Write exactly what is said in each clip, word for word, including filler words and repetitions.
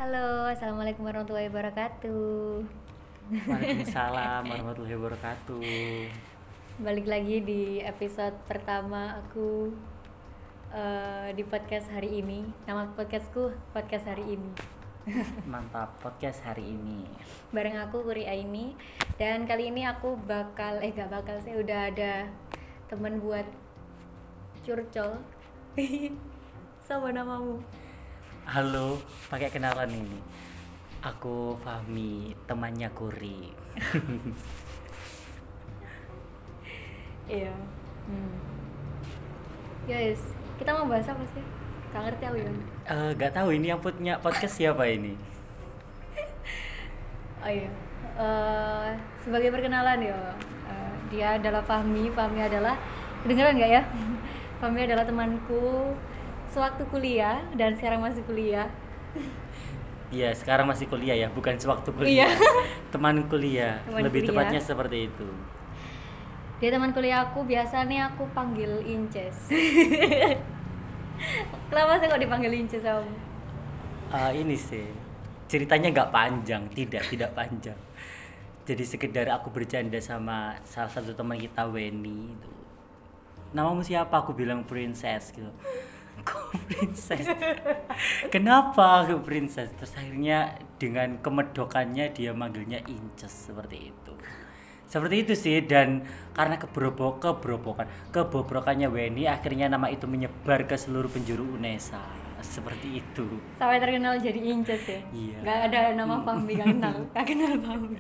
Halo, assalamualaikum warahmatullahi wabarakatuh. Waalaikumsalam warahmatullahi wabarakatuh. Balik lagi di episode pertama aku uh, di podcast hari ini. Nama podcastku podcast hari ini. Mantap, podcast hari ini Bareng aku Kuri Aini. Dan kali ini aku bakal eh gak bakal sih udah ada temen buat curcol. Sama namamu? Halo, pakai kenalan ini. Aku Fahmi, temannya Kuri. Iya. Hmm. Yes, kita mau bahas apa sih? Gak ngerti aku ya. Uh, gak tahu ini yang punya podcast siapa ini. Oh iya. Uh, sebagai perkenalan ya, uh, dia adalah Fahmi. Fahmi adalah kedengeran nggak ya? Fahmi adalah temanku sewaktu kuliah dan sekarang masih kuliah. Iya, sekarang masih kuliah ya, bukan sewaktu kuliah. Iya. Teman kuliah, Teman lebih kuliah. tepatnya seperti itu. Dia teman kuliah aku, biasa nih aku panggil Inces. Kenapa sih kok dipanggil Inces sama? Uh, ini sih ceritanya nggak panjang, tidak tidak panjang. Jadi sekedar aku bercanda sama salah satu teman kita, Weni. Itu, namamu siapa? Aku bilang Princess gitu. Kok Princess? Kenapa aku Princess? Terus akhirnya dengan kemedokannya dia manggilnya Inces seperti itu. Seperti itu sih, dan karena keberobok kebrobokan kebobrokannya Weni, akhirnya nama itu menyebar ke seluruh penjuru Unesa. Seperti itu. Sampai terkenal jadi Inces ya? Iya. Gak ada nama Fahmi, gak kenal, gak kenal Fahmi.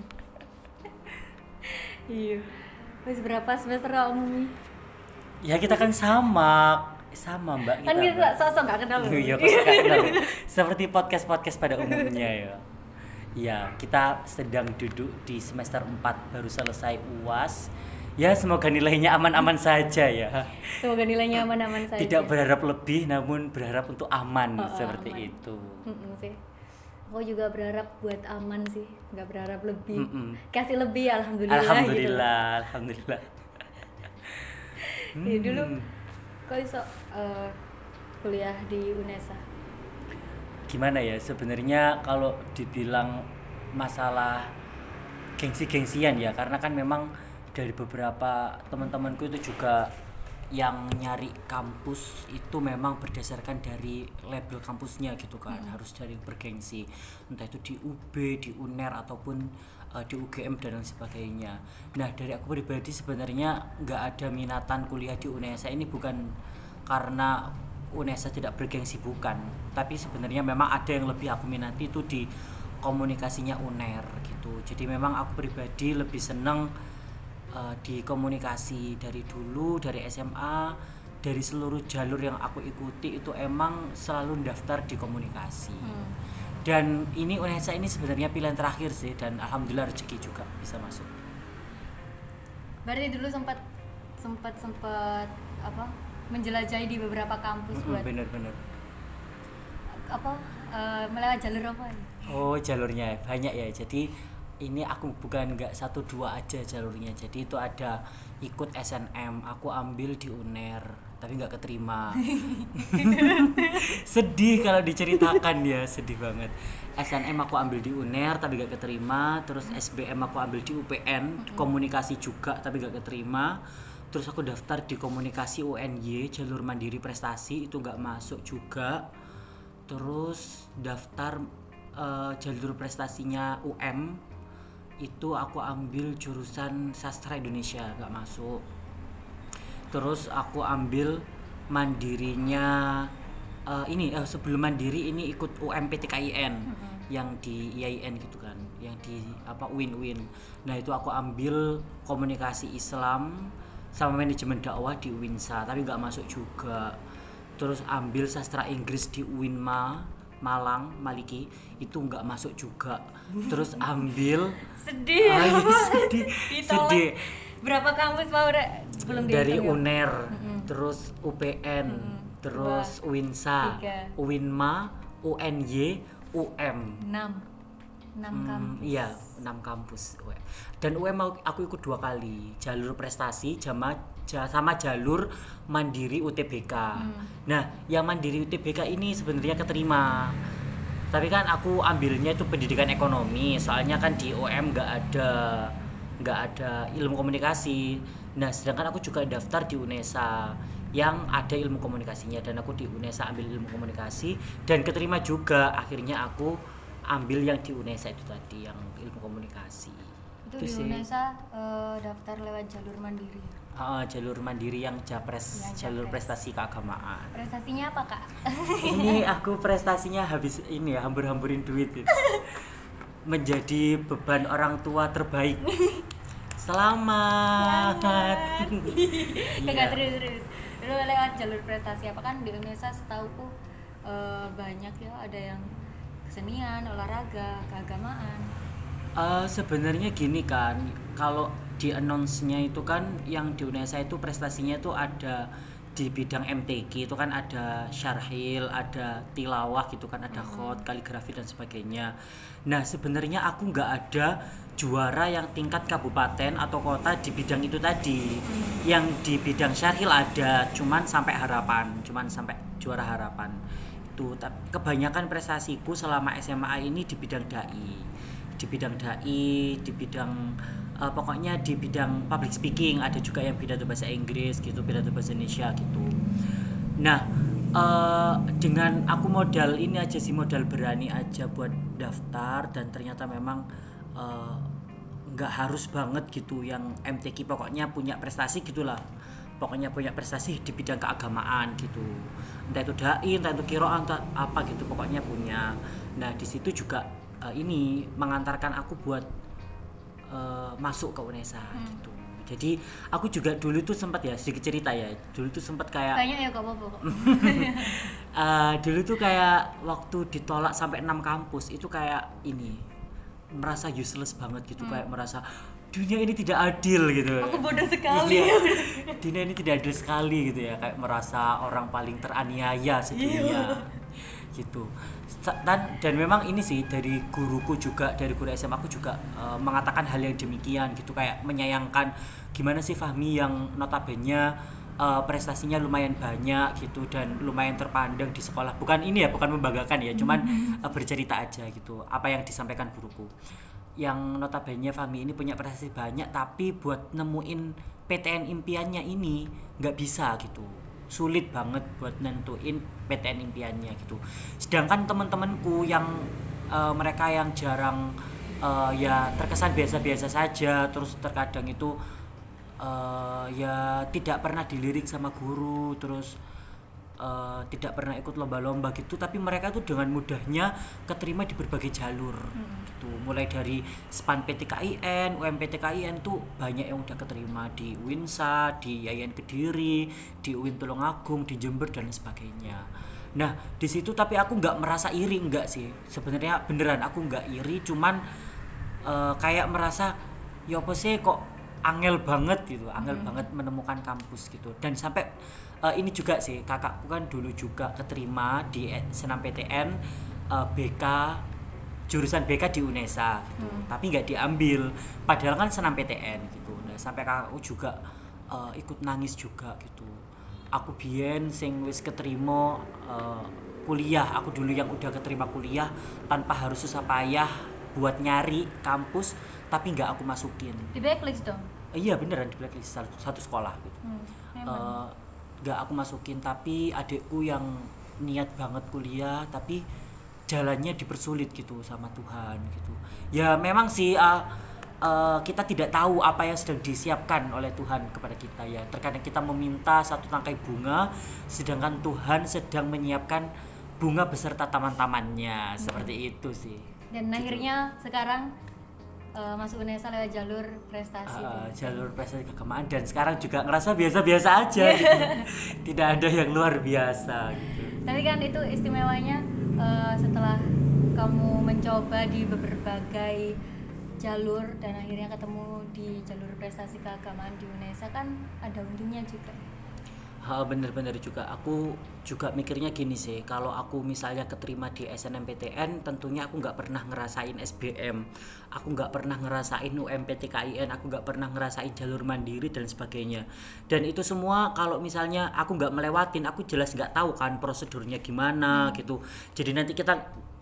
Iya. Terus berapa semester kamu? Ya kita kan sama sama mbak kita. Kan kita Mbak. sosok gak kenal. Iya, kok gak kenal. Seperti podcast-podcast pada umumnya ya. Ya, kita sedang duduk di semester empat, baru selesai U A S. Ya, semoga nilainya aman-aman saja ya. Semoga nilainya aman-aman saja. Tidak berharap lebih, namun berharap untuk aman, Oh, oh, seperti aman. itu. Mm-mm sih. Aku juga berharap buat aman sih, nggak berharap lebih. Mm-mm. Kasih lebih, alhamdulillah. Alhamdulillah, alhamdulillah. Gitu. Ya, dulu kok iso uh, kuliah di Unesa? Gimana ya, sebenarnya kalau dibilang masalah gengsi-gengsian ya, karena kan memang dari beberapa teman-temanku itu juga yang nyari kampus itu memang berdasarkan dari label kampusnya gitu kan. Hmm. Harus dari bergengsi, entah itu di U B, di U N E R ataupun uh, di U G M dan lain sebagainya. Nah, dari aku pribadi sebenarnya nggak ada minatan kuliah di Unesa ini, bukan karena Unesa tidak bergengsi, bukan, tapi sebenarnya memang ada yang lebih aku minati itu di komunikasinya U N E R gitu. Jadi memang aku pribadi lebih seneng uh, di komunikasi. Dari dulu, dari S M A, dari seluruh jalur yang aku ikuti itu emang selalu daftar di komunikasi. Hmm. Dan ini Unesa ini sebenarnya pilihan terakhir sih, dan alhamdulillah rezeki juga bisa masuk. Berarti dulu sempat sempat sempat apa? Menjelajahi di beberapa kampus. Mm-hmm, buat bener-bener apa uh, melewat jalur apa? Oh, jalurnya banyak ya. Jadi ini aku bukan nggak satu dua aja jalurnya. Jadi itu ada ikut S N M, aku ambil di U N E R tapi nggak keterima. Sedih kalau diceritakan ya, sedih banget. S N M aku ambil di U N E R tapi nggak keterima. Terus S B M aku ambil di U P N, komunikasi juga tapi nggak keterima. Terus aku daftar di komunikasi U N Y, jalur mandiri prestasi, itu nggak masuk juga. Terus daftar uh, jalur prestasinya U M, itu aku ambil jurusan sastra Indonesia, nggak masuk. Terus aku ambil mandirinya uh, ini uh, sebelum mandiri ini ikut U M P T K I N, mm-hmm. yang di I A I N gitu kan, yang di apa U I N U I N. Nah itu aku ambil komunikasi Islam sama manajemen dakwah di U I N S A tapi nggak masuk juga. Terus ambil sastra Inggris di U I N M A Malang Maliki, itu nggak masuk juga. Terus ambil sedih, ay, sedih, sedih. Berapa kampus mau belum dari dihitung, U N E R, mm-hmm. terus U P N, mm-hmm. terus Dua, U I N S A, tiga. U I N M A, U N Y, U M. enam enam Hmm, kampus. iya, enam kampus. Dan U M aku ikut dua kali, jalur prestasi sama sama jalur mandiri U T B K. Hmm. Nah, yang mandiri U T B K ini sebenarnya keterima. Tapi kan aku ambilnya itu pendidikan ekonomi, soalnya kan di U M nggak ada nggak ada ilmu komunikasi. Nah, sedangkan aku juga daftar di UNESA yang ada ilmu komunikasinya, dan aku di UNESA ambil ilmu komunikasi dan keterima juga. Akhirnya aku ambil yang di UNESA itu tadi, yang ilmu komunikasi. Itu di UNESA uh, daftar lewat jalur mandiri. Uh, jalur mandiri yang Japres, ya, jalur prestasi keagamaan. Prestasinya apa, Kak? Ini aku prestasinya habis ini ya, hambur-hamburin duit gitu. Menjadi beban orang tua terbaik. Selamat. Selamat. Enggak serius-serius. Lu lewat jalur prestasi apa? Kan di Indonesia setauku uh, banyak ya, ada yang kesenian, olahraga, keagamaan. Uh, sebenarnya gini kan, kalau di announce-nya itu kan yang di Indonesia itu prestasinya itu ada di bidang M T Q, itu kan ada syarhil, ada tilawah gitu kan, ada khot, kaligrafi dan sebagainya. Nah, sebenarnya aku nggak ada juara yang tingkat kabupaten atau kota di bidang itu tadi. Hmm. Yang di bidang syarhil ada, cuman sampai harapan, cuman sampai juara harapan. Itu kebanyakan prestasiku selama S M A ini di bidang dai. Di bidang dai, di bidang uh, pokoknya di bidang public speaking, ada juga yang pidato bahasa Inggris gitu, pidato bahasa Indonesia gitu. Nah, uh, dengan aku modal ini aja sih, modal berani aja buat daftar, dan ternyata memang nggak uh, harus banget gitu yang M T Q, pokoknya punya prestasi gitulah. Pokoknya punya prestasi di bidang keagamaan gitu. Entah itu dai, entah itu qiraah, entah apa gitu, pokoknya punya. Nah, di situ juga uh, ini mengantarkan aku buat uh, masuk ke UNESA hmm. gitu. Jadi aku juga dulu tuh sempat ya, sedikit cerita ya. Dulu tuh sempat kayak banyak ya, gak apa-apa kok. uh, dulu tuh kayak waktu ditolak sampai enam kampus itu kayak ini, merasa useless banget gitu, hmm. kayak merasa dunia ini tidak adil gitu. Aku bodoh sekali. Dunia, dunia ini tidak adil sekali gitu ya, kayak merasa orang paling teraniaya sedunia gitu. Dan, dan memang ini sih dari guruku juga, dari guru S M A aku juga uh, mengatakan hal yang demikian gitu, kayak menyayangkan gimana sih Fahmi yang notabene uh, prestasinya lumayan banyak gitu dan lumayan terpandang di sekolah. Bukan ini ya, bukan membanggakan ya, cuman uh, bercerita aja gitu apa yang disampaikan guruku. Yang notabene Fahmi ini punya prestasi banyak, tapi buat nemuin P T N impiannya ini nggak bisa gitu, sulit banget buat nentuin P T N impiannya gitu. Sedangkan teman-temanku yang uh, mereka yang jarang uh, ya terkesan biasa-biasa saja, terus terkadang itu uh, ya tidak pernah dilirik sama guru, terus Uh, tidak pernah ikut lomba-lomba gitu, tapi mereka tuh dengan mudahnya keterima di berbagai jalur hmm. gitu. Mulai dari SPAN P T K I N, U M P T K I N tuh banyak yang udah keterima di UINSA, di Y I N Kediri, di U I N Tulungagung, di Jember dan sebagainya. Nah, di situ tapi aku nggak merasa iri, enggak sih. Sebenarnya beneran aku nggak iri, cuman uh, kayak merasa ya apa sih kok angel banget gitu, angel hmm. banget menemukan kampus gitu. Dan sampai Uh, ini juga sih, kakakku kan dulu juga keterima di senam P T N uh, B K, jurusan B K di UNESA gitu, hmm. tapi nggak diambil, padahal kan senam P T N gitu. Nah, sampai kakakku juga uh, ikut nangis juga gitu. Aku biyen sing wis keterima uh, kuliah, aku dulu yang udah keterima kuliah tanpa harus susah payah buat nyari kampus, tapi nggak aku masukin. Di blacklist dong? Uh, iya beneran di blacklist satu, satu sekolah gitu. Hmm, uh, gak aku masukin, tapi adikku yang niat banget kuliah tapi jalannya dipersulit gitu sama Tuhan gitu. Ya memang sih uh, uh, kita tidak tahu apa yang sedang disiapkan oleh Tuhan kepada kita ya. Terkadang kita meminta satu tangkai bunga, sedangkan Tuhan sedang menyiapkan bunga beserta taman-tamannya, hmm. seperti itu sih. Dan gitu. Akhirnya sekarang Uh, masuk UNESA lewat jalur prestasi uh, jalur prestasi keagamaan, dan sekarang juga ngerasa biasa-biasa aja gitu. Tidak ada yang luar biasa gitu. Tapi kan itu istimewanya uh, setelah kamu mencoba di berbagai jalur dan akhirnya ketemu di jalur prestasi keagamaan di UNESA, kan ada untungnya juga. Ha, bener-bener juga, aku juga mikirnya gini sih, kalau aku misalnya keterima di S N M P T N, tentunya aku nggak pernah ngerasain S B M, aku nggak pernah ngerasain U M P T K I N, aku nggak pernah ngerasain jalur mandiri dan sebagainya. Dan itu semua kalau misalnya aku nggak melewatin, aku jelas nggak tahu kan prosedurnya gimana hmm. gitu. Jadi nanti kita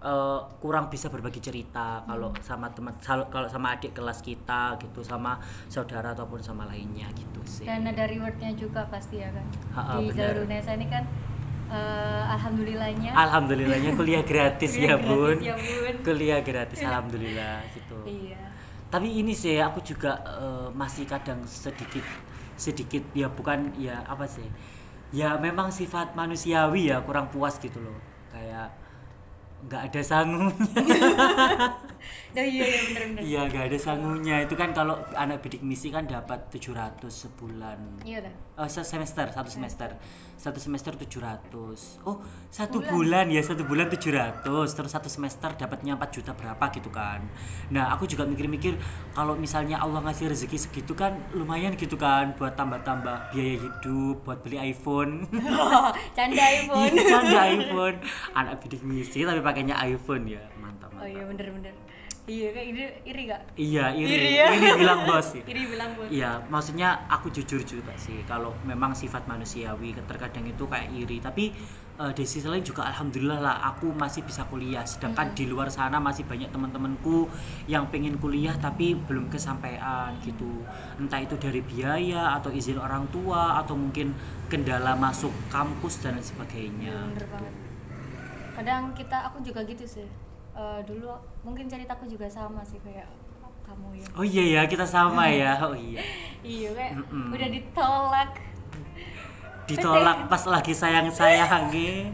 uh, kurang bisa berbagi cerita kalau hmm. sama teman kalau sama adik kelas kita gitu, sama saudara ataupun sama lainnya gitu sih. Dan ada rewardnya juga pasti ya kan. Ha-ha, di Jalur Unesa ini kan uh, alhamdulillahnya alhamdulillahnya kuliah gratis ya bun. ya bun kuliah gratis alhamdulillah gitu. Iya. Tapi ini sih aku juga uh, masih kadang sedikit sedikit ya bukan ya apa sih ya memang sifat manusiawi ya kurang puas gitu loh, kayak nggak ada sangunya. Oh iya iya benar-benar. Iya nggak ada sangunya itu kan, kalau anak bidik misi kan dapat tujuh ratus sebulan. Iya dah. Oh, semester satu semester satu semester tujuh ratus. Oh satu bulan. bulan ya satu bulan tujuh ratus, terus satu semester dapatnya empat juta berapa gitu kan. Nah aku juga mikir-mikir kalau misalnya Allah ngasih rezeki segitu kan lumayan gitu kan buat tambah-tambah biaya hidup, buat beli iPhone. Canda iPhone. Canda iPhone. Anak bidik misi tapi pakainya iPhone ya, mantap mantap. Oh iya bener-bener. Iya kayak iri, iri gak? Iya iri, iri, ya? iri bilang bos ya. Iri bilang bos. Iya maksudnya aku jujur juga sih kalau memang sifat manusiawi terkadang itu kayak iri, tapi uh, di sisi lain juga alhamdulillah lah aku masih bisa kuliah, sedangkan mm-hmm. di luar sana masih banyak teman-temanku yang pengen kuliah tapi belum kesampaian gitu, entah itu dari biaya atau izin orang tua atau mungkin kendala masuk kampus dan lain sebagainya. Bener banget. Kadang kita aku juga gitu sih. Uh, dulu mungkin ceritaku juga sama sih kayak kamu ya. Oh iya ya kita sama ya. Oh iya. Iya kayak Mm-mm. udah ditolak. Ditolak pas lagi sayang-sayangnya.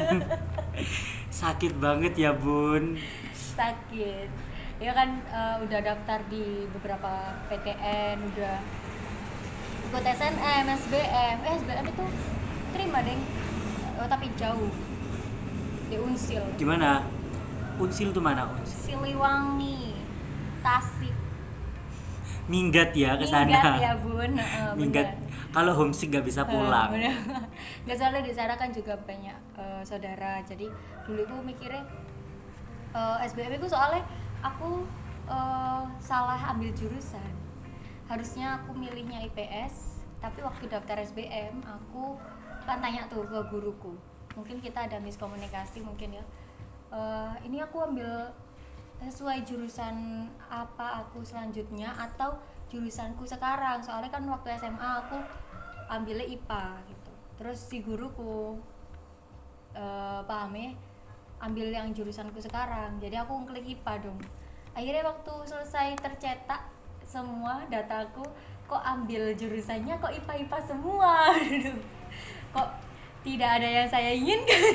Sakit banget ya bun. Sakit. Ya kan uh, udah daftar di beberapa P T N, udah ikut S N M, S B M. Eh S B M itu terima deh. Oh, tapi jauh. Di Unsil. Di mana? Unsil tuh mana? Unsil? Siliwangi, Tasik. Minggat ya ke sana. Minggat ya bun. Uh, Minggat. Kalau homesick nggak bisa pulang. Uh, nggak soalnya di sana kan juga banyak uh, saudara. Jadi dulu aku mikirnya uh, S B M itu soalnya aku uh, salah ambil jurusan. Harusnya aku milihnya I P S, tapi waktu daftar S B M aku kan tanya tuh ke guruku. Mungkin kita ada miskomunikasi mungkin ya. Uh, ini aku ambil sesuai jurusan apa aku selanjutnya atau jurusanku sekarang, soalnya kan waktu S M A aku ambilnya I P A gitu. Terus si guruku uh, pahamnya ambil yang jurusanku sekarang, jadi aku ngeklik I P A dong. Akhirnya waktu selesai tercetak semua dataku, kok ambil jurusannya kok I P A I P A semua. Kok tidak ada yang saya inginkan.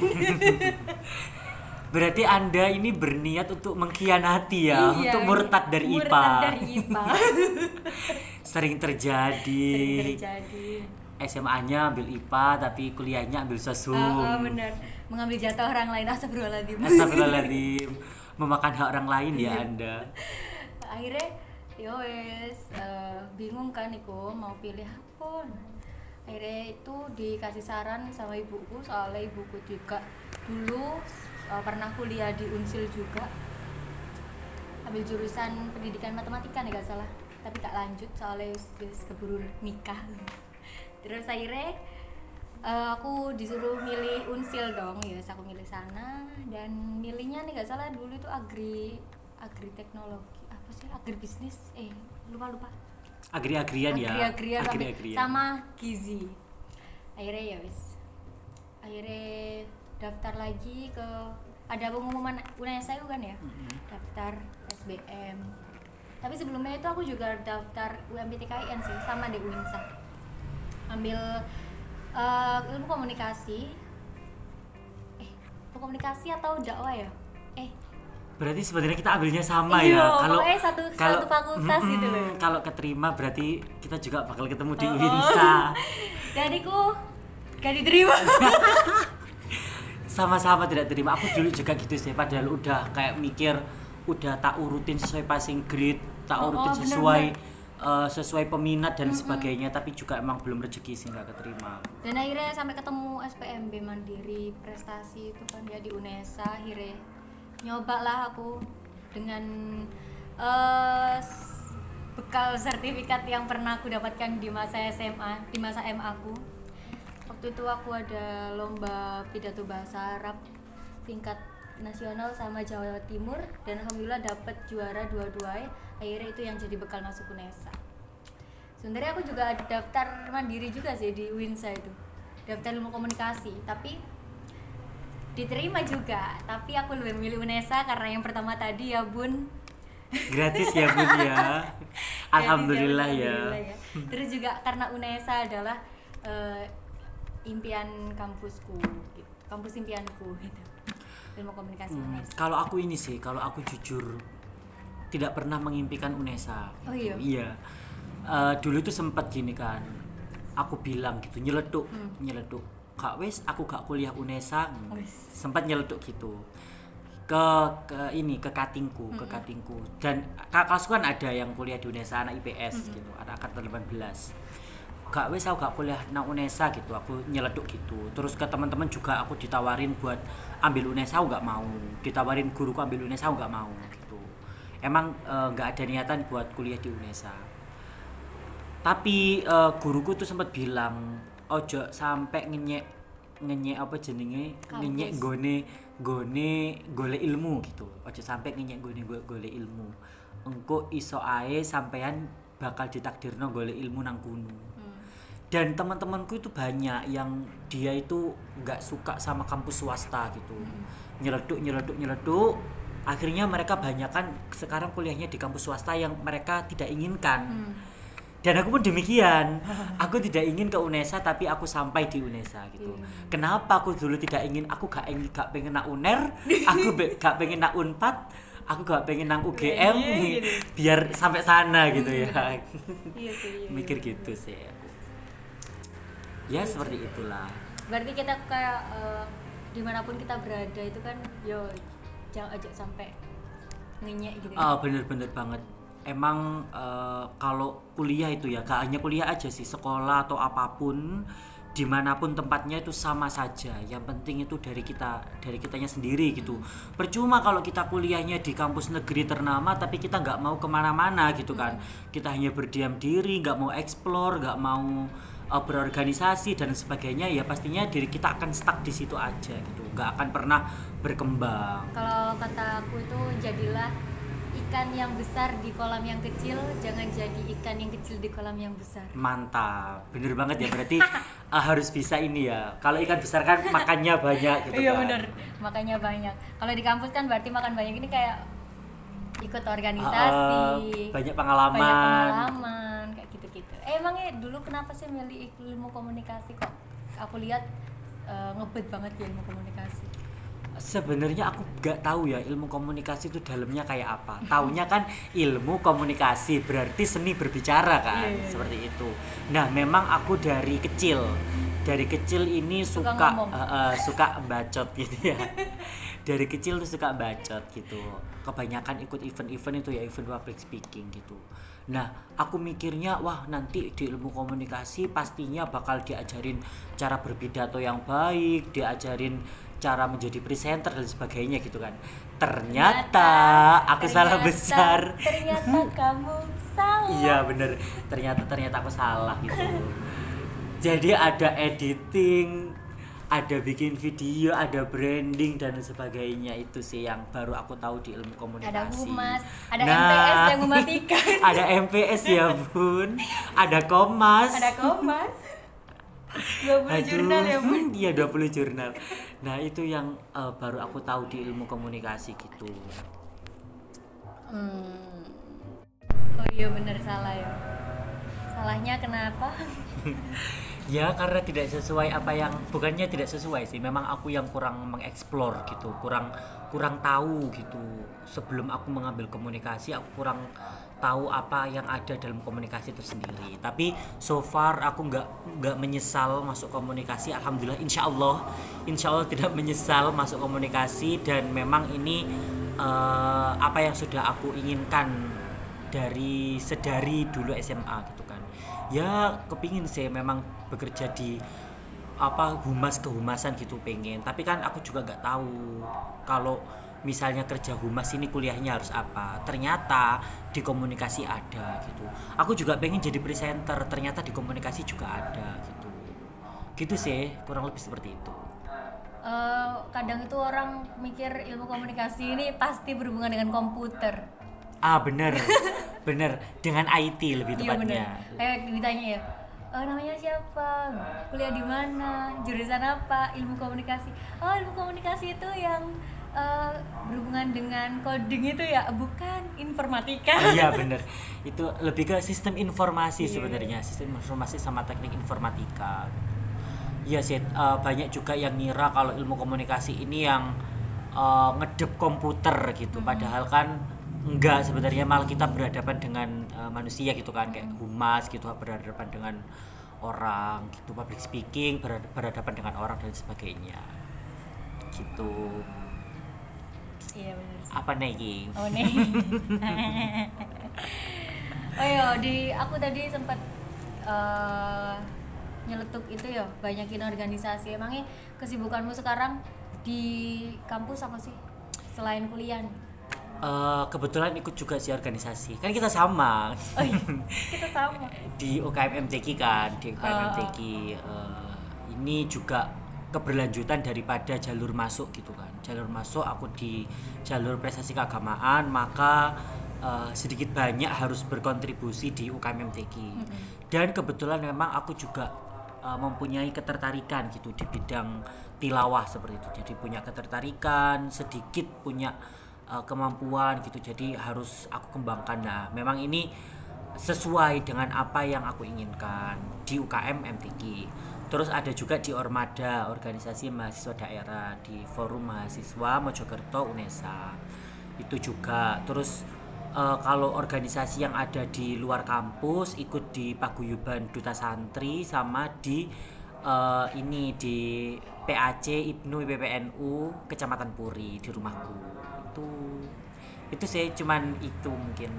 Berarti Anda ini berniat untuk mengkhianati ya, iya, untuk murtad dari I P A. Murtad dari I P A. Sering terjadi. Sering terjadi. S M A-nya ambil I P A tapi kuliahnya ambil sosum. Uh, uh, benar. Mengambil jatah orang lain. Astagfirullahaladzim. Astagfirullahaladzim. Memakan hak orang lain ya Anda. Akhirnya yo wes uh, bingung kan iku mau pilih apa. Akhirnya itu dikasih saran sama ibuku, soalnya ibuku juga dulu Uh, pernah kuliah di Unsil juga, ambil jurusan pendidikan matematika nih gak salah, tapi gak lanjut soalnya wis keburu nikah. Terus akhirnya uh, aku disuruh milih Unsil dong, ya yes, aku milih sana dan milihnya nih gak salah dulu itu agri agri teknologi apa sih agri bisnis eh lupa lupa agri-agrian ya agri-agrian agri-agrian sama gizi. Akhirnya ya wis akhirnya daftar lagi ke ada pengumuman Unesa itu kan ya, mm-hmm. daftar S B M. Tapi sebelumnya itu aku juga daftar U M P T K I N sih sama di Uinsa, ambil uh, ilmu komunikasi eh komunikasi atau dakwah ya eh berarti sebenarnya kita ambilnya sama iyo, ya kalau satu kalau satu fakultas mm, gitu loh. Kalau keterima berarti kita juga bakal ketemu di oh, Uinsa. Jadiku gak diterima. Sama-sama tidak terima. Aku dulu juga gitu sih, padahal udah kayak mikir udah tak urutin sesuai passing grade, tak oh, urutin oh, sesuai bener-bener. Uh, sesuai peminat dan mm-hmm. sebagainya, tapi juga emang belum rezeki sih nggak keterima. Dan akhirnya sampai ketemu S P M B Mandiri Prestasi itu kan ya di Unesa, akhirnya nyoba lah aku dengan uh, bekal sertifikat yang pernah aku dapatkan di masa S M A, di masa M A aku. Waktu itu aku ada lomba pidato bahasa Arab tingkat nasional sama Jawa Timur dan alhamdulillah dapat juara dua-duanya. Akhirnya itu yang jadi bekal masuk UNESA. Sebenarnya aku juga ada daftar mandiri juga sih di UINSA itu, daftar ilmu komunikasi, tapi diterima juga. Tapi aku lebih memilih UNESA karena yang pertama tadi ya Bun, gratis ya Bun ya. Alhamdulillah ya. Alhamdulillah ya. Terus juga karena UNESA adalah uh, impian kampusku, gitu. Kampus impianku gitu. Ilmu komunikasi Hmm, UNESA. kalau aku ini sih, kalau aku jujur tidak pernah mengimpikan UNESA. Oh iya. Iya. Uh, dulu tuh sempat gini kan. Aku bilang gitu, nyeleduk, hmm. nyeleduk. Kak wes, aku gak kuliah UNESA. Oh, sempat nyeleduk gitu. Ke ke ini ke katingku, hmm. ke katingku. Dan kakakku kan ada yang kuliah di UNESA, anak I P S hmm. gitu, anak angkatan delapan belas. Gak wes aku gak kuliah nang UNESA gitu, aku nyeleduk gitu. Terus ke teman-teman juga aku ditawarin buat ambil UNESA, aku gak mau. Ditawarin guruku ambil UNESA, aku gak mau gitu. Emang uh, gak ada niatan buat kuliah di UNESA. Tapi uh, guruku tuh sempat bilang, ojo sampai ngenyek ngenyek apa jenenge, ngenyek gone gone golek ilmu gitu. Ojo sampai ngenyek gone golek ilmu. Engko iso ae sampean bakal ditakdirno golek ilmu nang kono. Hmm. Dan teman-temanku itu banyak yang dia itu nggak suka sama kampus swasta gitu. Hmm. Nyeleduk nyeleduk nyeleduk. Akhirnya mereka banyak kan sekarang kuliahnya di kampus swasta yang mereka tidak inginkan. Hmm. Dan aku pun demikian. Aku tidak ingin ke UNESA tapi aku sampai di UNESA gitu. Hmm. Kenapa aku dulu tidak ingin? Aku gak ingin gak pengen nak UNER, aku be, gak pengen nak UNPAD, aku gak pengen nang U G M, iya, gitu. Biar sampai sana gitu ya. Iya sih, iya, mikir iya. gitu sih aku. Ya seperti itulah. Berarti kita kayak uh, dimanapun kita berada itu kan, yo jangan aja sampai ngenyek gitu. Ah, bener-bener banget. Emang uh, kalau kuliah itu ya gak hanya kuliah aja sih, sekolah atau apapun dimanapun tempatnya itu sama saja. Yang penting itu dari kita, dari kitanya sendiri gitu. Percuma kalau kita kuliahnya di kampus negeri ternama tapi kita nggak mau kemana-mana gitu kan. Kita hanya berdiam diri, nggak mau explore, nggak mau uh, berorganisasi dan sebagainya, ya pastinya diri kita akan stuck di situ aja gitu, nggak akan pernah berkembang. Kalau kata aku itu, jadilah ikan yang besar di kolam yang kecil, jangan jadi ikan yang kecil di kolam yang besar. Mantap, bener banget ya. Berarti uh, harus bisa ini ya. Kalau ikan besar kan makannya banyak gitu. Iya kan. bener, makannya banyak. Kalau di kampus kan berarti makan banyak, ini kayak ikut organisasi, uh, banyak pengalaman. Banyak pengalaman kayak gitu-gitu. Eh emangnya dulu kenapa sih milih ilmu komunikasi kok? Aku lihat uh, ngebet banget ya ilmu komunikasi. Sebenarnya aku gak tahu ya ilmu komunikasi itu dalamnya kayak apa. Taunya kan ilmu komunikasi berarti seni berbicara kan, yeah, yeah, seperti itu. Nah memang aku dari kecil, dari kecil ini suka suka, uh, uh, suka bacot gitu ya. Dari kecil tuh suka bacot gitu. Kebanyakan ikut event-event itu ya, event public speaking gitu. Nah aku mikirnya wah nanti di ilmu komunikasi pastinya bakal diajarin cara berpidato yang baik, diajarin cara menjadi presenter dan sebagainya gitu kan. Ternyata, ternyata aku ternyata, salah besar. Ternyata kamu salah. Iya bener. Ternyata ternyata aku salah gitu. Jadi ada editing, ada bikin video, ada branding dan sebagainya. Itu sih yang baru aku tahu di ilmu komunikasi. Ada humas, ada nah, M P S yang mematikan. Ada M P S ya bun. Ada Kommas. Ada Kommas. dua puluh Aduh, jurnal ya bun. Iya dua puluh jurnal. Nah itu yang uh, baru aku tahu di ilmu komunikasi gitu. Hmm. Oh iya bener, salah ya. Salahnya kenapa? Ya karena tidak sesuai apa yang, bukannya tidak sesuai sih, memang aku yang kurang mengeksplor gitu, kurang kurang tahu gitu. Sebelum aku mengambil komunikasi, aku kurang tahu apa yang ada dalam komunikasi itu sendiri. Tapi so far aku nggak nggak menyesal masuk komunikasi. Alhamdulillah, insya Allah insya Allah tidak menyesal masuk komunikasi. Dan memang ini uh, apa yang sudah aku inginkan dari sedari dulu S M A gitu kan. Ya kepingin sih memang bekerja di apa humas kehumasan gitu pengen. Tapi kan aku juga nggak tahu kalau misalnya kerja humas ini kuliahnya harus apa. Ternyata di komunikasi ada gitu. Aku juga pengen jadi presenter, ternyata di komunikasi juga ada gitu. Gitu sih, kurang lebih seperti itu. eh, kadang itu orang mikir ilmu komunikasi ini pasti berhubungan dengan komputer. Ah bener, bener dengan I T lebih Iya bener. tepatnya. Kayak ditanya ya, "Eh, namanya siapa? Kuliah di mana? Jurusan apa? Ilmu komunikasi." Oh, ilmu komunikasi itu yang eh, berhubungan dengan coding itu ya, bukan informatika. Iya bener, itu lebih ke sistem informasi Iya. sebenarnya, sistem informasi sama teknik informatika. Iya sih, eh, banyak juga yang ngira kalau ilmu komunikasi ini yang eh, ngedep komputer gitu, padahal kan enggak, sebenarnya malah kita berhadapan dengan eh, manusia gitu kan, kayak humas gitu, berhadapan dengan orang gitu, public speaking, berhad- berhadapan dengan orang dan sebagainya gitu. Iya benar. Apa nih Ki? Oh nih. Oh iya, di aku tadi sempat eh, nyeletuk itu ya, banyakin organisasi. Emangnya kesibukanmu sekarang di kampus apa sih selain kuliah? Eh, kebetulan ikut juga sih organisasi, kan kita sama. Oh iya, kita sama. Di U K M M T Q kan, di U K M M T Q Oh, eh, ini juga keberlanjutan daripada jalur masuk gitu kan. Jalur masuk aku di jalur prestasi keagamaan, maka eh, sedikit banyak harus berkontribusi di U K M M T Q. Dan kebetulan memang aku juga eh, mempunyai ketertarikan gitu di bidang tilawah seperti itu. Jadi punya ketertarikan, sedikit punya eh, kemampuan gitu. Jadi harus aku kembangkan. Nah, memang ini sesuai dengan apa yang aku inginkan di U K M M T Q. Terus ada juga di Ormada, organisasi mahasiswa daerah, di Forum Mahasiswa Mojokerto UNESA. Itu juga. Terus eh, kalau organisasi yang ada di luar kampus, ikut di Paguyuban Duta Santri, sama di eh, ini di P A C Ibnu I P P N U Kecamatan Puri di rumahku. Itu itu sih, cuman itu mungkin.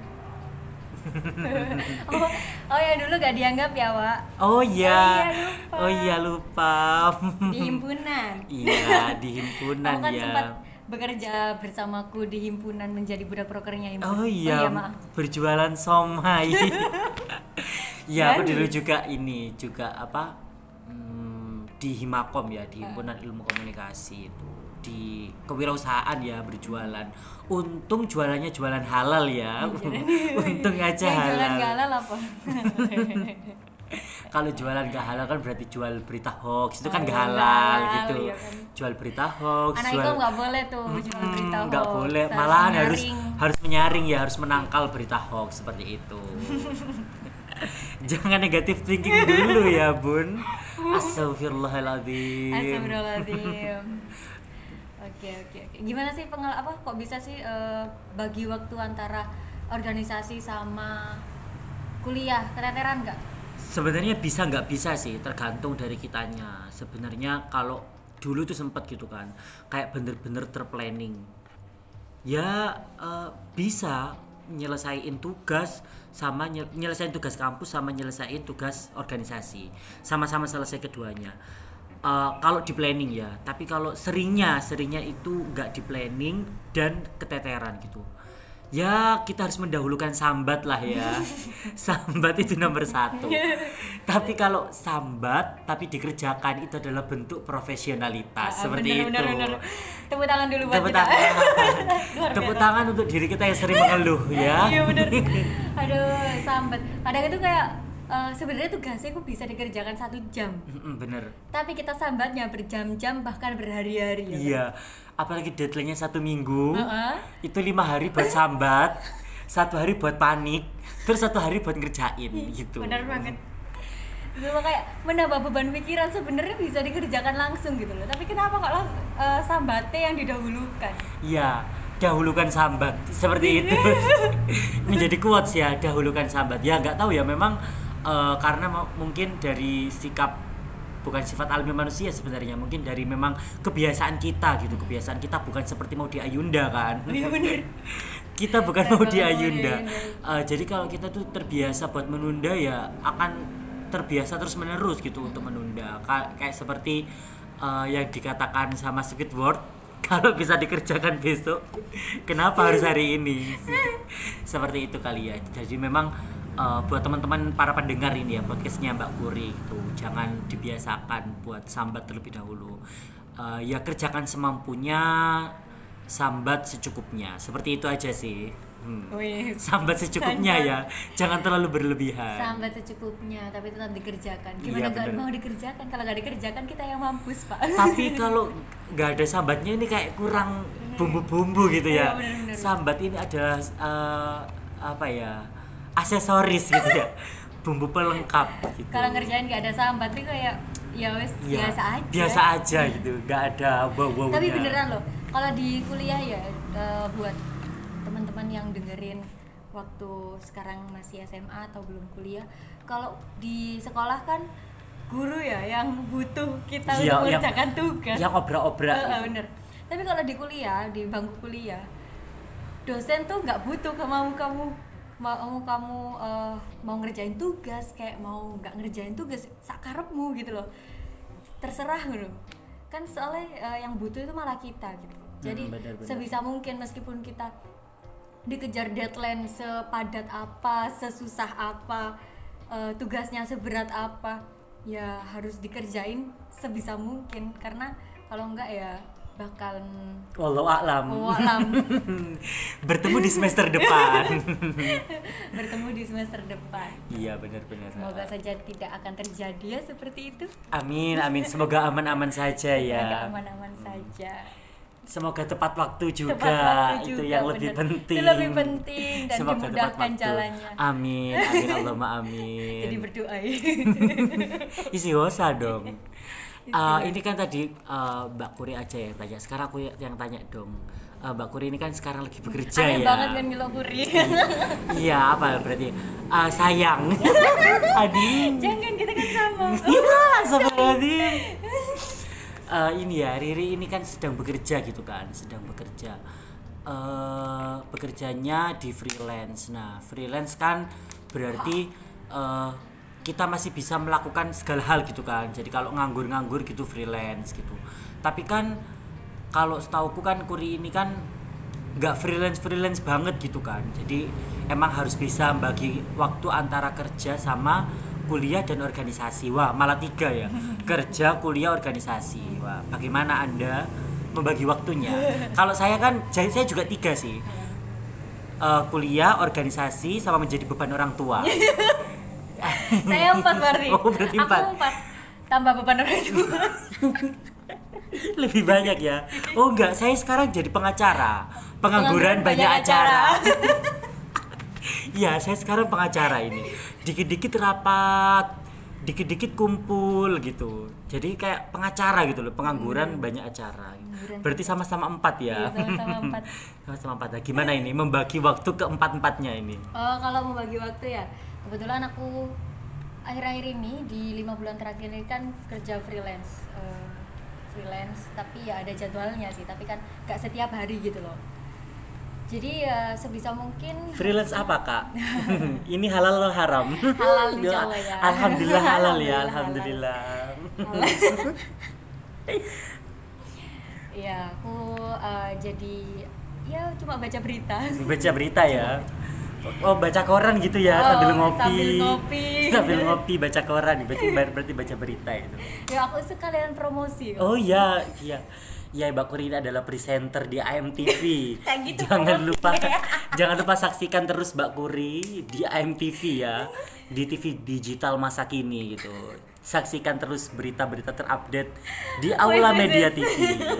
oh, oh ya dulu gak dianggap ya, Wak? Oh iya, lupa. oh iya lupa. Di himpunan. Iya di himpunan Kamu kan ya. sempat bekerja bersamaku di himpunan menjadi budak prokernya himpunan. Oh iya, maaf. berjualan somai. Ya aku dulu Manis. juga ini juga apa hmm, di Himakom ya, di himpunan ilmu komunikasi itu, di kewirausahaan ya, berjualan. Untung jualannya jualan halal ya. Untung aja Yang halal. jualan gak halal apa? Kalau jualan gak halal kan berarti jual berita hoax, itu kan Oh, gak iya, halal iya gitu. kan. Jual berita hoax, Anak jual itu nggak boleh tuh jual Hmm, berita hoax. nggak boleh, Harus malahan harus menyaring. harus menyaring ya, harus menangkal berita hoax seperti itu. Jangan negatif thinking dulu ya Bun. Astagfirullahaladzim. Astagfirullahaladzim. Oke oke oke. Gimana sih pengal apa kok bisa sih eh, bagi waktu antara organisasi sama kuliah? Keteteran nggak? Sebenarnya bisa nggak bisa sih, tergantung dari kitanya. Sebenarnya kalau dulu tuh sempet gitu kan, kayak bener-bener terplanning. Ya eh, bisa nyelesain tugas sama nye- nyelesain tugas kampus sama nyelesain tugas organisasi, sama-sama selesai keduanya. Eh, kalau di planning ya, tapi kalau seringnya seringnya itu nggak di planning dan keteteran gitu. Ya kita harus mendahulukan sambat lah ya. Sambat itu nomor satu. Tapi kalau sambat tapi dikerjakan, itu adalah bentuk profesionalitas. Ah, seperti bener, itu. bener, bener. Tepuk tangan dulu buat Tepuk kita. tangan. Luar Tepuk biasa. tangan untuk diri kita yang sering mengeluh ya. Iya bener. Aduh sambat. Kadang itu kayak eh, sebenarnya tugasnya aku bisa dikerjakan satu jam. Mm-mm, bener. Tapi kita sambatnya berjam-jam bahkan berhari-hari ya. Iya. Apalagi deadline-nya satu minggu. Heeh. Itu lima hari buat sambat, satu hari buat panik, terus satu hari buat ngerjain gitu. Bener banget. Itu kayak menambah beban pikiran, sebenarnya bisa dikerjakan langsung gitu loh. Tapi kenapa kok uh, sambatnya yang didahulukan? Iya, dahulukan sambat seperti itu. Menjadi quotes ya, dahulukan sambat. Ya nggak tahu ya, memang eh, karena mo- mungkin dari sikap, bukan sifat alami manusia sebenarnya, mungkin dari memang kebiasaan kita gitu. Kebiasaan kita bukan seperti mau di Ayunda kan. Iya bener. Kita bukan Bukan mau di mau di Ayunda. Ayunda. Eh, jadi kalau kita tuh terbiasa buat menunda, ya akan terbiasa terus menerus gitu untuk menunda. Ka- kayak seperti eh, yang dikatakan sama Squidward, kalau bisa dikerjakan besok, kenapa harus hari ini? Seperti itu kali ya. Jadi memang eh, buat teman-teman para pendengar ini ya, podcastnya Mbak Puri itu, jangan dibiasakan buat sambat terlebih dahulu. uh, ya kerjakan semampunya, sambat secukupnya. Seperti itu aja sih. Hmm. Wih, Sambat secukupnya ya, jangan terlalu berlebihan. sambat secukupnya, tapi tetap dikerjakan. Iya, Gimana nggak bener. mau dikerjakan? Kalau nggak dikerjakan kita yang mampus, Pak. Tapi kalau nggak ada sambatnya ini kayak kurang bumbu-bumbu gitu ya. Iya, bener-bener. Sambat ini adalah uh, apa ya, aksesoris gitu ya, bumbu pelengkap gitu. Kalau ngerjain nggak ada sambat, itu kayak ya wes Ya, biasa aja. biasa aja gitu, nggak ada wow-wownya. Tapi beneran loh, kalau di kuliah ya eh, buat teman-teman yang dengerin waktu sekarang masih S M A atau belum kuliah, kalau di sekolah kan guru ya yang butuh kita Iya, untuk yang- mengerjakan tugas. yang obrak-obrak Eh, eh, gitu. bener. Tapi kalau di kuliah, di bangku kuliah, dosen tuh nggak butuh ke mau kamu mau kamu eh, mau ngerjain tugas kayak mau nggak ngerjain tugas sakarepmu gitu loh, terserah gitu kan. Soalnya eh, yang butuh itu malah kita gitu. Jadi Hmm, benar, benar. sebisa mungkin meskipun kita dikejar deadline sepadat apa, sesusah apa, eh, tugasnya seberat apa, ya harus dikerjain sebisa mungkin, karena kalau enggak ya bakal Wallahu a'lam. walam Bertemu di semester depan. bertemu di semester depan. Iya, benar-benar. Semoga saja tidak akan terjadi ya seperti itu. Amin, amin. Semoga aman-aman saja Semoga ya. aman-aman saja. Semoga tepat waktu juga. Tepat waktu Itu juga, yang bener. lebih penting. Itu lebih penting dan Semoga tepat dimudahkan waktu. jalannya. Amin, amin Allahumma amin. Jadi berdoa ya. Isi hosa dong. Uh, ini kan tadi uh, Mbak Kuri aja yang tanya. Sekarang aku yang tanya dong. Uh, Mbak Kuri ini kan sekarang lagi bekerja Aneh ya. banget kan Milo Kuri. Iya, apa berarti? Uh, sayang. Adi. Jangan, kita kan sama. Iya, Astagfirullahaladzim. Uh, ini ya, Riri ini kan sedang bekerja gitu kan, sedang bekerja. Uh, bekerjanya di freelance. Nah, freelance kan berarti uh, kita masih bisa melakukan segala hal gitu kan. Jadi kalau nganggur-nganggur gitu freelance gitu. Tapi kan kalau setauku kan Kuri ini kan nggak freelance freelance banget gitu kan. Jadi emang harus bisa bagi waktu antara kerja sama kuliah dan organisasi. Wah, malah tiga ya. Kerja, kuliah, organisasi. Wah, bagaimana Anda membagi waktunya? Kalau saya kan, jadi saya juga tiga sih. Eh, kuliah, organisasi, sama menjadi beban orang tua. Saya empat berarti. Oh, berarti empat. Aku empat. Tambah beban orang tua. Lebih banyak ya. Oh enggak, saya sekarang jadi pengacara. Pengangguran Pengangguran banyak banyak acara. Iya, saya sekarang pengacara ini. Dikit-dikit rapat, dikit-dikit kumpul gitu. Jadi kayak pengacara gitu loh, pengangguran banyak acara. Pengangguran. Berarti sama-sama empat ya. Iya, sama-sama empat. Sama-sama empat. Nah, gimana ini membagi waktu ke empat-empatnya ini? Oh, kalau mau bagi waktu ya, kebetulan aku akhir-akhir ini di lima bulan terakhir ini kan kerja freelance. Eh, freelance, tapi ya ada jadwalnya sih, tapi kan gak setiap hari gitu loh. Jadi ya sebisa mungkin Freelance apa kak? Ini halal atau haram? Halal insya Allah ya. Alhamdulillah halal ya, Alhamdulillah alhamdulillah. Ya, aku eh, jadi ya cuma baca berita. Baca berita ya. Oh, baca koran gitu ya, Oh, sambil ngopi. sambil ngopi. Sambil ngopi baca koran, berarti berarti baca berita itu. Ya aku sekalian promosi. Oh iya, iya. Ya, Mbak Kuri ini adalah presenter di A M T V. Kayak gitu Jangan promosi. lupa jangan lupa saksikan terus Mbak Kuri di A M T V ya. Di T V digital masa kini gitu. Saksikan terus berita-berita terupdate di Aula Wes, wes, Media wes. T V.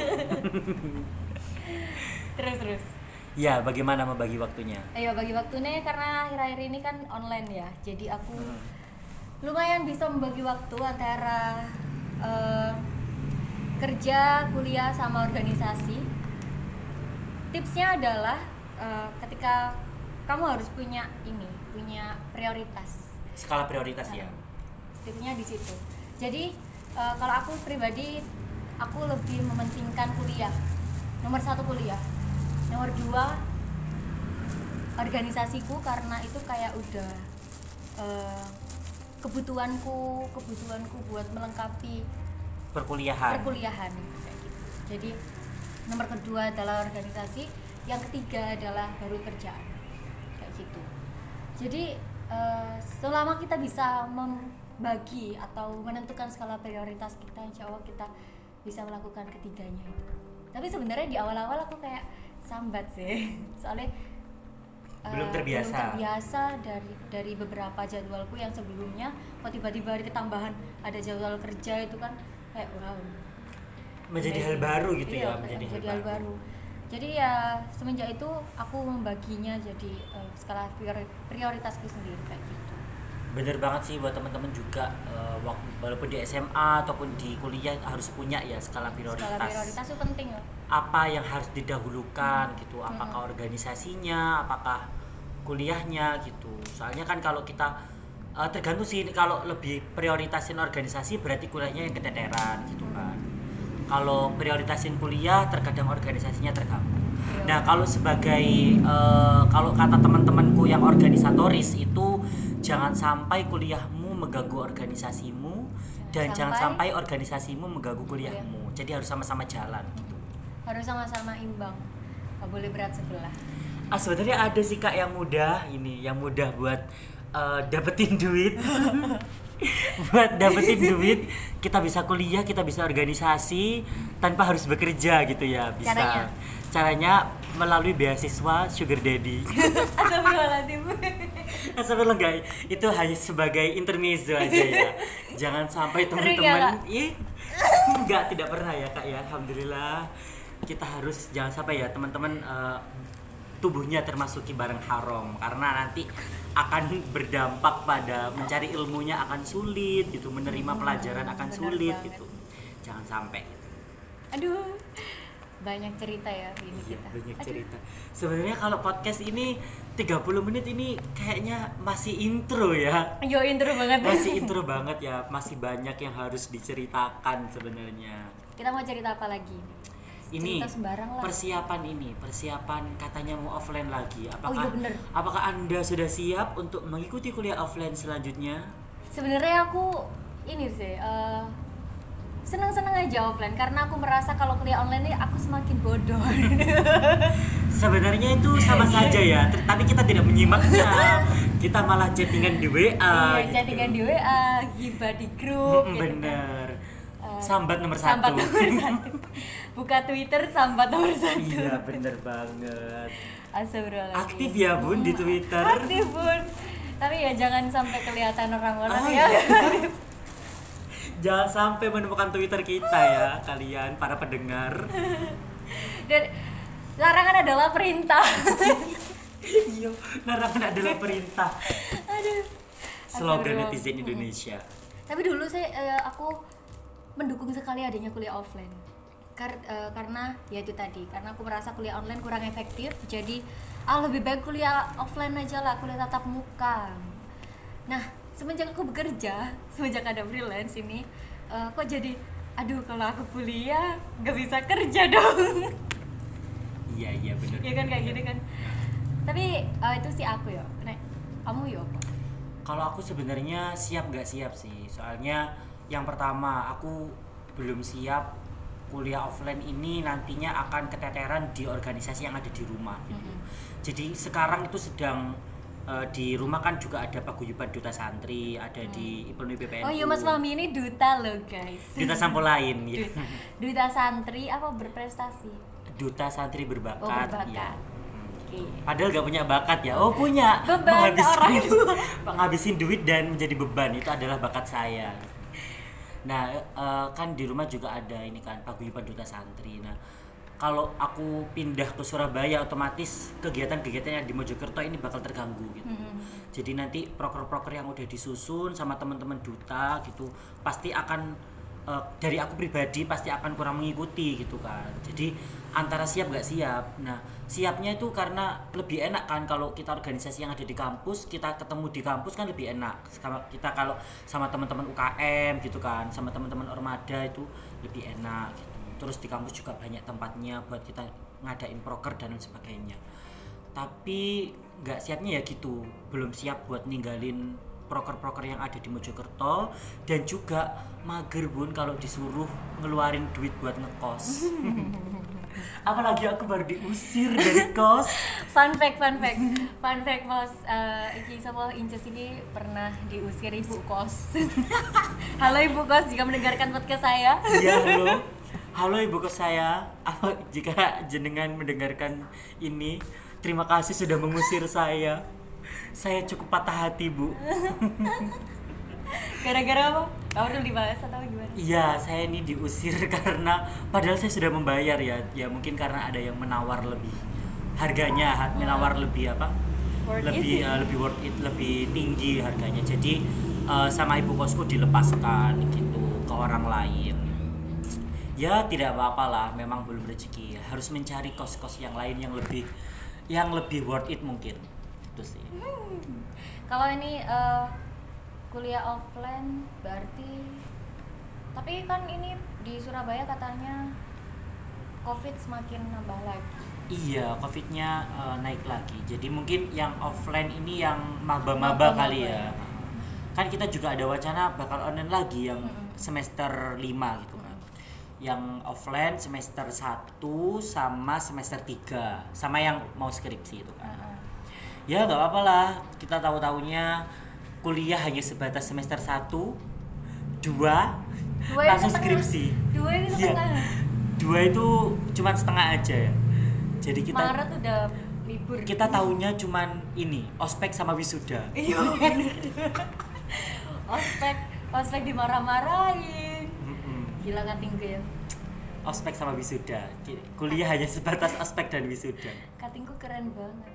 Terus terus. Ya, bagaimana membagi waktunya? Ayo bagi waktunya karena akhir-akhir ini kan online ya. Jadi aku Hmm. lumayan bisa membagi waktu antara eh, kerja, kuliah sama organisasi. Tipsnya adalah eh, ketika kamu harus punya ini, punya prioritas. Skala prioritas ya. Tipsnya di situ. Jadi eh, kalau aku pribadi, aku lebih mementingkan kuliah. Nomor satu kuliah. Nomor dua organisasiku, karena itu kayak udah eh, kebutuhanku, kebutuhanku buat melengkapi Perkuliahan. perkuliahan kayak gitu. Jadi nomor kedua adalah organisasi, yang ketiga adalah baru kerjaan kayak gitu. Jadi eh, selama kita bisa membagi atau menentukan skala prioritas kita, insya Allah kita bisa melakukan ketiganya itu. Tapi sebenarnya di awal-awal aku kayak sambat sih soalnya belum uh, terbiasa belum terbiasa dari dari beberapa jadwalku yang sebelumnya kok tiba-tiba ada ketambahan ada jadwal kerja itu kan kayak wow menjadi hal baru gitu iya, ya menjadi, menjadi hal, hal baru. baru jadi ya semenjak itu aku membaginya jadi uh, skala prioritasku sendiri kayak gitu. Bener banget sih buat teman-teman juga uh, walaupun di S M A ataupun di kuliah harus punya ya skala prioritas. Skala prioritas itu penting ya. Apa yang harus didahulukan hmm. gitu, apakah hmm. organisasinya, apakah kuliahnya gitu. Soalnya kan kalau kita uh, tergantung sih, kalau lebih prioritasin organisasi berarti kuliahnya yang keteteran gitu kan. Kalau prioritasin kuliah terkadang organisasinya terganggu. Ya. Nah kalau sebagai uh, kalau kata teman-temanku yang organisatoris itu jangan sampai kuliahmu mengganggu organisasimu jangan dan sampai, jangan sampai organisasimu mengganggu kuliahmu. Ya. Jadi harus sama-sama jalan. Gitu. Harus sama-sama imbang. Gak boleh berat sebelah. Ah sebenarnya ada sih kak yang mudah ini, yang mudah buat uh, dapetin duit. buat dapetin duit kita bisa kuliah, kita bisa organisasi tanpa harus bekerja gitu ya, bisa caranya, caranya melalui beasiswa sugar daddy. Astagfirullahaladzim. Astagfirullah guys, itu hanya sebagai intermezzo aja ya, jangan sampai teman-teman ih enggak, tidak pernah ya kak ya, alhamdulillah. Kita harus jangan sampai ya teman-teman uh, tubuhnya termasuki barang haram, karena nanti akan berdampak pada mencari ilmunya akan sulit gitu, menerima pelajaran akan Benar sulit banget. gitu. Jangan sampai. Aduh, banyak cerita ya ini iya, kita. Banyak Aduh. cerita. Sebenarnya kalau podcast ini tiga puluh menit ini kayaknya masih intro ya. Yo intro banget. Masih intro banget ya, masih banyak yang harus diceritakan sebenarnya. Kita mau cerita apa lagi? Ini lah. persiapan ini, persiapan katanya mau offline lagi. Apakah oh, iya bener. apakah Anda sudah siap untuk mengikuti kuliah offline selanjutnya? Sebenarnya aku ini sih uh, senang-senang aja offline karena aku merasa kalau kuliah online ini aku semakin bodoh. Sebenarnya itu sama saja ya, tapi kita tidak menyimaknya. Kita malah chattingan di W A. Iya, gitu. Chattingan di W A, gibah di grup. gitu bener. Kan. Sambat nomor sambat satu. Nomor satu. Buka Twitter sambat nomor satu. Iya bener banget. Astagfirullahaladzim. Aktif ya bun di Twitter. Aktif bun. Tapi ya jangan sampai kelihatan orang-orang oh, ya. Iya. Jangan sampai menemukan Twitter kita ya kalian para pendengar. Dan larangan adalah perintah. Iya, larangan adalah perintah. Aduh. Slogan netizen Indonesia. Tapi dulu saya uh, aku mendukung sekali adanya kuliah offline. Kar, uh, karena ya itu tadi, karena aku merasa kuliah online kurang efektif, jadi ah lebih baik kuliah offline aja lah, kuliah tatap muka. Nah, semenjak aku bekerja, semenjak ada freelance ini, uh, kok jadi aduh kalau aku kuliah gak bisa kerja dong. Iya iya benar. Iya kan kayak gini kan. Tapi uh, itu sih aku ya. Nek, kamu yo apa? Kalau aku sebenarnya siap gak siap sih, soalnya yang pertama aku belum siap kuliah offline ini nantinya akan keteteran di organisasi yang ada di rumah gitu. Mm-hmm. Jadi sekarang itu sedang uh, di rumah kan juga ada paguyuban duta santri, ada mm. di P P N U. Oh iya Mas Fahmi ini duta loh guys. Duta sampo lain ya. Duta santri apa berprestasi? Duta santri berbakat. Oh, berbakat. Ya. Okay. Padahal gak punya bakat ya. Oh punya. Beban orang itu. Menghabisin duit dan menjadi beban itu adalah bakat saya. Nah, uh, kan di rumah juga ada ini kan paguyuban duta santri. Nah, kalau aku pindah ke Surabaya otomatis kegiatan-kegiatan yang di Mojokerto ini bakal terganggu gitu. Mm-hmm. Jadi nanti proker-proker yang udah disusun sama teman-teman duta gitu pasti akan uh, dari aku pribadi pasti akan kurang mengikuti gitu kan. Jadi antara siap gak siap. Nah, siapnya itu karena lebih enak kan kalau kita organisasi yang ada di kampus, kita ketemu di kampus kan lebih enak. Kita kalau sama teman-teman U K M gitu kan, sama teman-teman Ormada itu lebih enak gitu. Terus di kampus juga banyak tempatnya buat kita ngadain proker dan sebagainya. Tapi nggak siapnya ya gitu, belum siap buat ninggalin proker-proker yang ada di Mojokerto dan juga mager bun kalau disuruh ngeluarin duit buat ngekos. Apalagi aku baru diusir dari kos. Fun fact, fun fact, fun fact mas, uh, Iki sama Inces ini pernah diusir ibu kos. Halo ibu kos, jika mendengarkan podcast saya. Iya halo. Halo ibu kos saya, apa jika jenengan mendengarkan ini, terima kasih sudah mengusir saya. Saya cukup patah hati bu. Gara-gara apa? Kamu udah dibahas atau gimana? Iya, saya ini diusir karena padahal saya sudah membayar ya. Ya mungkin karena ada yang menawar lebih harganya, menawar lebih apa? Worth lebih it. uh, lebih worth it, lebih tinggi harganya. Jadi uh, sama ibu kosku dilepaskan gitu ke orang lain. Ya tidak apa-apa lah, memang belum rezeki. Harus mencari kos-kos yang lain yang lebih yang lebih worth it mungkin. Itu sih. Hmm. Kalau ini uh, kuliah offline berarti, tapi kan ini di Surabaya katanya COVID semakin nambah lagi. Iya, COVID-nya uh, naik lagi. Jadi mungkin yang offline ini yang maba-maba Maba-maba kali ya. ya. Kan kita juga ada wacana bakal online lagi yang Mm-mm. semester lima gitu kan. Yang offline semester satu sama semester tiga, sama yang mau skripsi itu kan. Uh-uh. Ya nggak apa-apa lah, kita tahu-taunya kuliah hanya sebatas semester satu, dua, Dua ini langsung setengah. skripsi. Dua ini Iya. setengah. Dua itu cuma setengah aja ya. Jadi kita Maret udah libur. kita tahunya cuman ini, ospek sama wisuda. Iya. ospek, ospek dimarah-marahin. Mm-mm. Gila kan tinggi ya. Ospek sama wisuda. Ki- Kuliah hanya sebatas ospek dan wisuda. Katingku keren banget.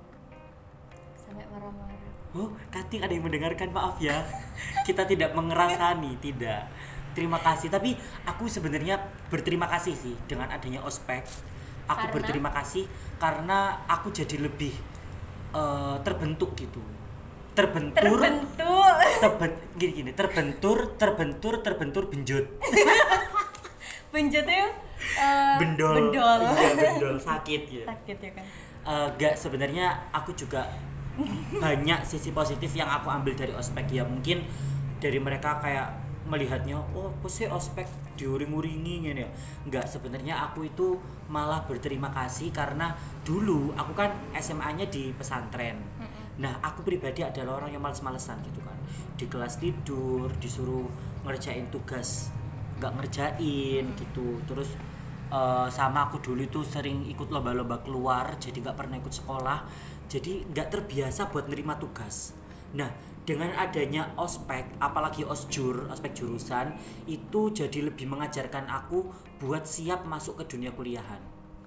Sampai marah-marah. Oh, Kating ada yang mendengarkan, maaf ya. Kita tidak mengerasani, tidak. Terima kasih, tapi aku sebenarnya berterima kasih sih dengan adanya ospek. Aku Karena? berterima kasih karena aku jadi lebih eh, terbentuk gitu. Terbentur, Terbentuk. terben, gini gini, terbentur, terbentur, terbentur, benjut. Benjutnya uh, Bendol. Bendol. Iya, bendol, sakit ya. Sakit ya kan. Eh, gak, sebenarnya aku juga banyak sisi positif yang aku ambil dari ospek ya. Mungkin dari mereka kayak melihatnya, oh apa sih ospek diuring-uringi gini ya. Enggak, sebenarnya aku itu malah berterima kasih karena dulu aku kan S M A-nya di pesantren. Nah, aku pribadi adalah orang yang males-malesan gitu kan. Di kelas tidur, disuruh ngerjain tugas nggak ngerjain gitu. Terus uh, sama aku dulu itu sering ikut lomba-lomba keluar, jadi nggak pernah ikut sekolah, jadi nggak terbiasa buat nerima tugas. Nah, dengan adanya ospek, apalagi osjur, ospek jurusan, itu jadi lebih mengajarkan aku buat siap masuk ke dunia kuliahan.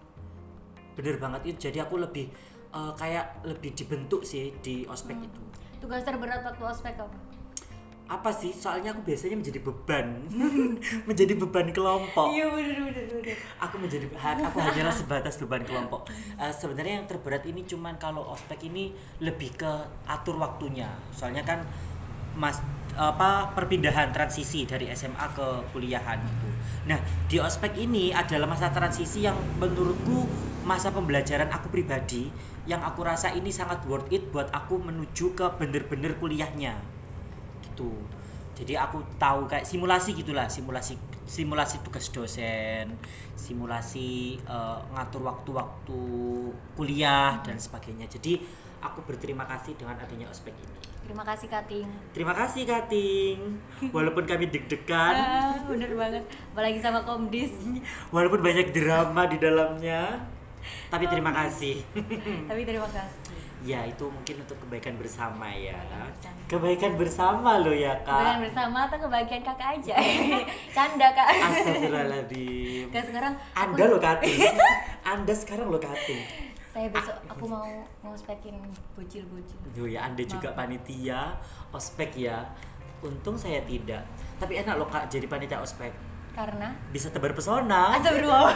Bener banget itu, jadi aku lebih uh, kayak lebih dibentuk sih di ospek Hmm. itu. Tugas terberat waktu ospek apa? Apa sih, soalnya aku biasanya menjadi beban menjadi beban kelompok. Iya bener bener bener. Aku menjadi aku hanyalah sebatas beban kelompok. Uh, sebenarnya yang terberat ini cuman kalau ospek ini lebih ke atur waktunya, soalnya kan mas apa perpindahan transisi dari S M A ke kuliahan itu. Nah, di ospek ini adalah masa transisi yang menurutku masa pembelajaran aku pribadi yang aku rasa ini sangat worth it buat aku menuju ke bener-bener kuliahnya gitu. Jadi aku tahu kayak simulasi gitulah, simulasi simulasi tugas dosen, simulasi uh, ngatur waktu-waktu kuliah dan sebagainya. Jadi aku berterima kasih dengan adanya ospek ini. Terima kasih Kating. Terima kasih Kating. Walaupun kami deg-degan, Ah, bener banget. Apalagi sama Komdis. walaupun banyak drama di dalamnya, tapi terima kasih. Tapi terima kasih. Ya, itu mungkin untuk kebaikan bersama ya. Bersama. Kebaikan bersama loh ya, Kebahagiaan Kak. bersama atau kebahagiaan kakak aja. Canda kak. Astagfirullahaladzim. Kak sekarang aku- Anda loh Kating. Anda sekarang loh Kating. saya besok aku mau mau spekin bocil-bocil. Duh ya, Anda juga Maaf. panitia ospek ya. Untung saya tidak. Tapi enak loh Kak jadi panitia ospek. Karena Bisa tebar pesona. Astagfirullah.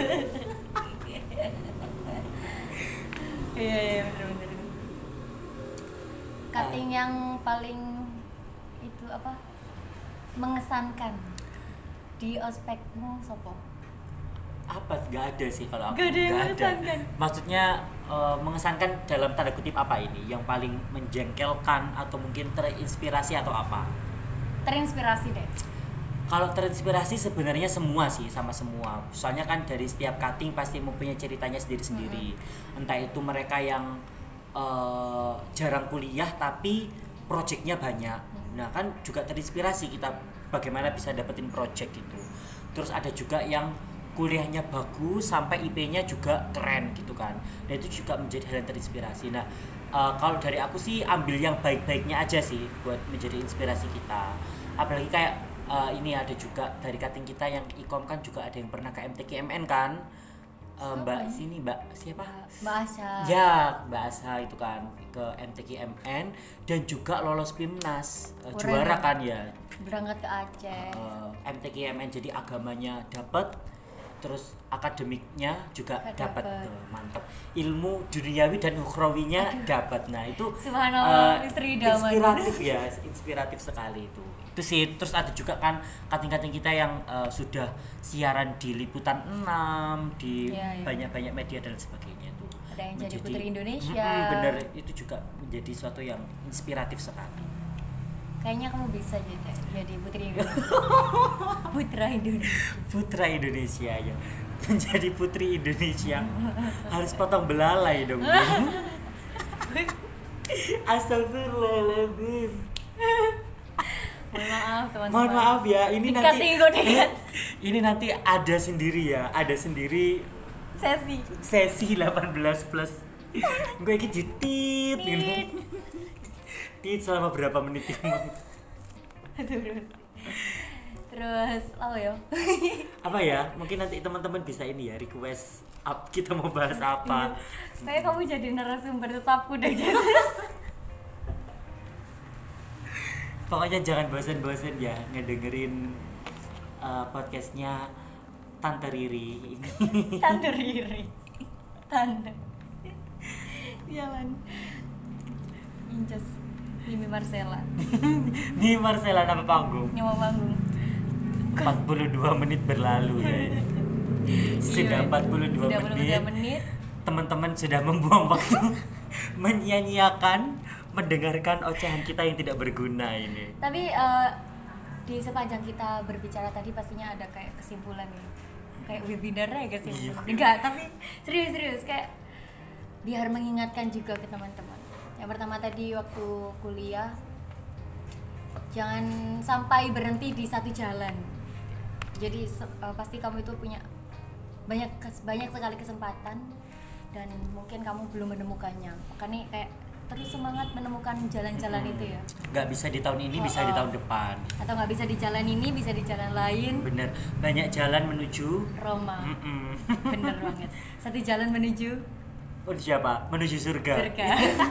Iya iya benar-benar. Cutting yang paling itu apa? Mengesankan di ospekmu sopo? Apa? Gak ada sih kalau aku. Gak ada yang Nggak mengesankan. Maksudnya eh, mengesankan dalam tanda kutip apa ini? Yang paling menjengkelkan atau mungkin terinspirasi atau apa? Terinspirasi deh. Kalau terinspirasi sebenarnya semua sih, sama semua. Soalnya kan dari setiap cutting pasti mempunyai ceritanya sendiri-sendiri. Entah itu mereka yang uh, jarang kuliah tapi projectnya banyak. Nah kan juga terinspirasi kita bagaimana bisa dapetin project gitu. Terus ada juga yang kuliahnya bagus sampai I P-nya juga keren gitu kan. Dan itu juga menjadi hal yang terinspirasi. Nah, uh, kalau dari aku sih ambil yang baik-baiknya aja sih buat menjadi inspirasi kita. Apalagi kayak uh, ini ada juga dari cutting kita yang ikom kan juga ada yang pernah ke M T K M N kan. Uh, Mbak sini Mbak siapa? Mbak Asha. Ya, Mbak Asha itu kan ke M T K M N dan juga lolos PIMNAS uh, juara kan ya. Berangkat ke Aceh. Uh, M T K M N jadi agamanya dapat, terus akademiknya juga dapat. Tuh, mantap. Ilmu duniawi dan ukhrawinya dapat. Nah, itu Subhanallah, uh, istri idaman. inspiratif ya, inspiratif sekali itu. Itu sih. Terus ada juga kan kating-kating kita yang uh, sudah siaran di Liputan enam, di ya, ya. banyak-banyak media dan sebagainya tuh. Ada yang menjadi, jadi Putri Indonesia. Mm, bener, itu juga menjadi suatu yang inspiratif sekali. Kayaknya kamu bisa jadi, jadi Putri Indonesia. Putra Indonesia. Putra Indonesia ya. Menjadi Putri Indonesia harus potong belalai dong. Astagfirullahaladzim. Mohon maaf teman-teman. Mohon maaf ya, ini dikat nanti tinggal, dikat. Ini nanti ada sendiri ya, ada sendiri sesi sesi delapan belas plus. Gue iki jitit gitu. Tit selama berapa menit emang? Terus apa ya? Apa ya? Mungkin nanti teman-teman bisa ini ya request up, kita mau bahas apa. Kayak kamu jadi narasumber tetapku deh. Pokoknya jangan bosan-bosan ya ngedengerin uh, podcastnya Tante Riri ini. Tante Riri, Tante. Jalan. Inces. Mimi Marcella. Mimi Marcella nama panggung. Nama panggung. empat puluh dua menit berlalu ya. Sudah empat puluh dua menit. menit. Teman-teman sudah membuang waktu menyia-nyiakan mendengarkan ocehan kita yang tidak berguna ini. Tapi uh, di sepanjang kita berbicara tadi pastinya ada kayak kesimpulan nih. Kayak webinarnya ya kesimpulan. Enggak, tapi serius-serius kayak biar mengingatkan juga ke teman-teman. Yang pertama tadi waktu kuliah, jangan sampai berhenti di satu jalan. Jadi uh, pasti kamu itu punya banyak banyak sekali kesempatan dan mungkin kamu belum menemukannya. Makanya kayak terus semangat menemukan jalan-jalan hmm. itu ya. Nggak bisa di tahun ini, oh, bisa di tahun depan. Atau nggak bisa di jalan ini, bisa di jalan lain. Bener, banyak jalan menuju Roma. Mm-mm. Bener banget. Satu jalan menuju. Oh siapa? Menuju surga. Surga.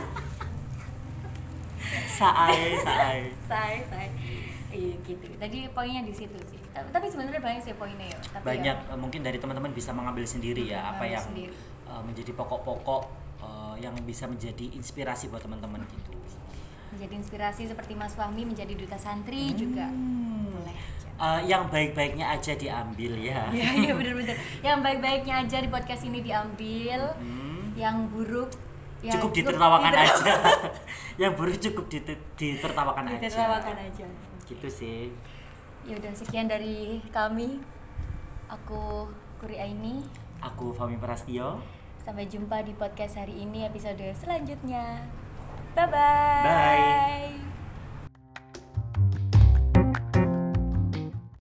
saai, saai. Saai, saai. Iya gitu. Tadi poinnya di situ sih. Tapi sebenarnya banyak sih poinnya ya. Tapi banyak ya, mungkin dari teman-teman bisa mengambil sendiri ya apa yang uh, menjadi pokok-pokok uh, yang bisa menjadi inspirasi buat teman-teman gitu. Menjadi inspirasi seperti Mas Fahmi menjadi duta santri hmm. juga boleh aja. Uh, yang baik-baiknya aja diambil ya. Iya iya benar-benar. Yang baik-baiknya aja di podcast ini diambil. Hmm. Yang buruk ya, cukup ditertawakan cukup aja. Yang buruk cukup ditertawakan aja. Ditertawakan aja. Gitu sih. Ya udah sekian dari kami. Aku Kuri Aini. Aku Fahmi Prastio. Sampai jumpa di podcast hari ini episode selanjutnya. Bye bye. Bye.